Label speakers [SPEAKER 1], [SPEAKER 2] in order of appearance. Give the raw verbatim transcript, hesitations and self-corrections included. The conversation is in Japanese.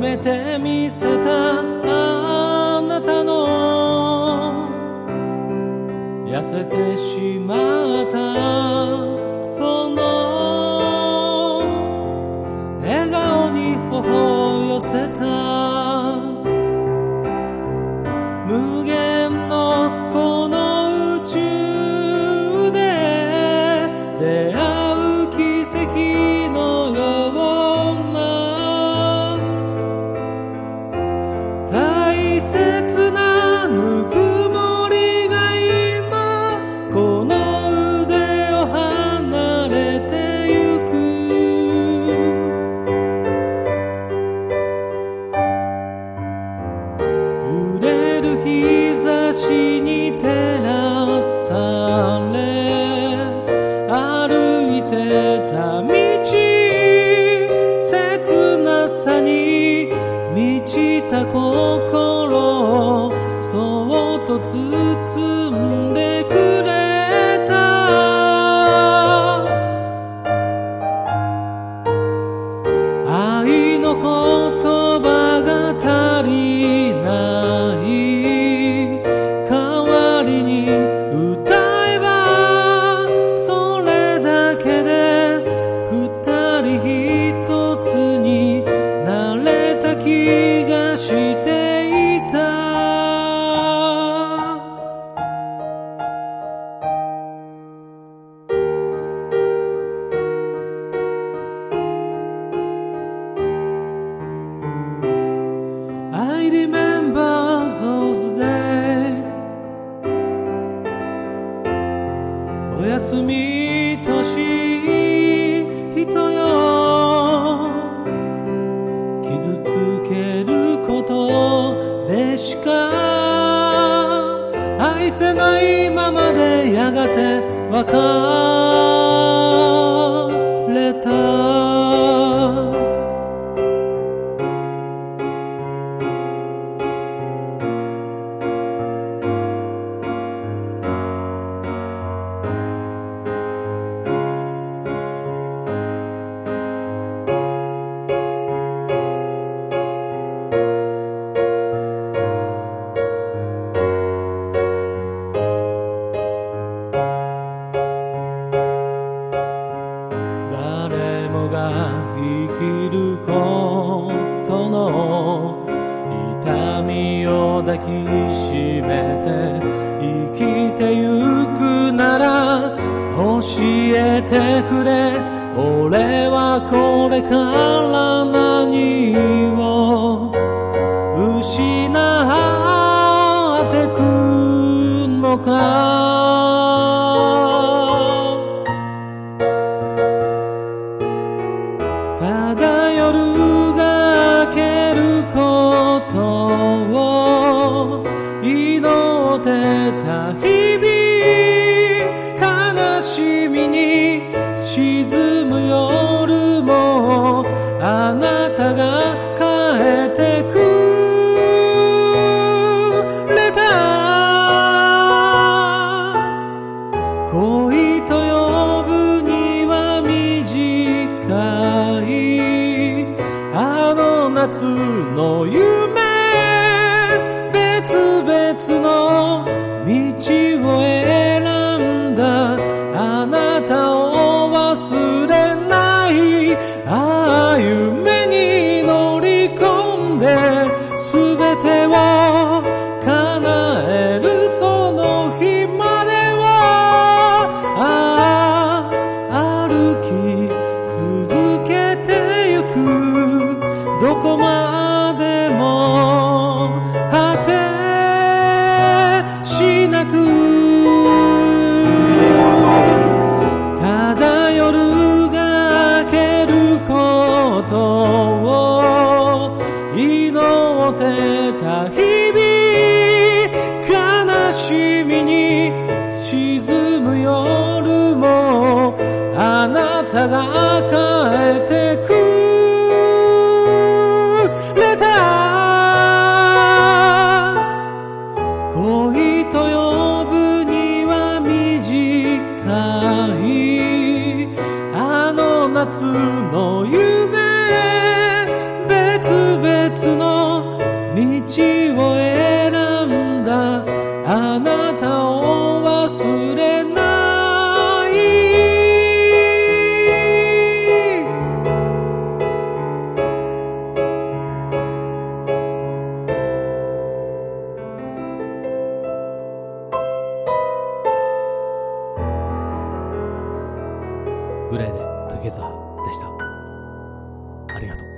[SPEAKER 1] めて見せたあなたの痩せてしまったその笑顔に頬寄せた無限のこの宇宙で出会う奇跡のような大切なぬくもりが今この腕を離れてゆく揺れる日差しに照らされ歩いてた道切なさに満ちた心をそっと包んでくれた愛の言葉が足りない代わりに歌えばそれだけで二人一つになれた気がしていたI remember those days おやすみとしい人よ傷つけることでしか愛せないままでやがて別れた誰もが生きることの痛みを抱きしめて生きてゆくなら教えてくれ俺はこれから何を失ってくのかただ夜が明けることを祈ってた日々悲しみに沈む夜もあなたが帰ってくれた恋と呼ぶには短いあの夏の夢別々の道を選んだあなたを忘れないああ夢に乗り込んで全てを叶えるその日まではああ歩き続けてゆくどこまでも果てしなくただ夜が明けることを祈ってた日々悲しみに沈む夜もあなたが帰ってくれた恋と呼ぶには短いあの夏の夢別別の道を選んだあなたを忘れないグレーでトゥゲザーでした。ありがとう。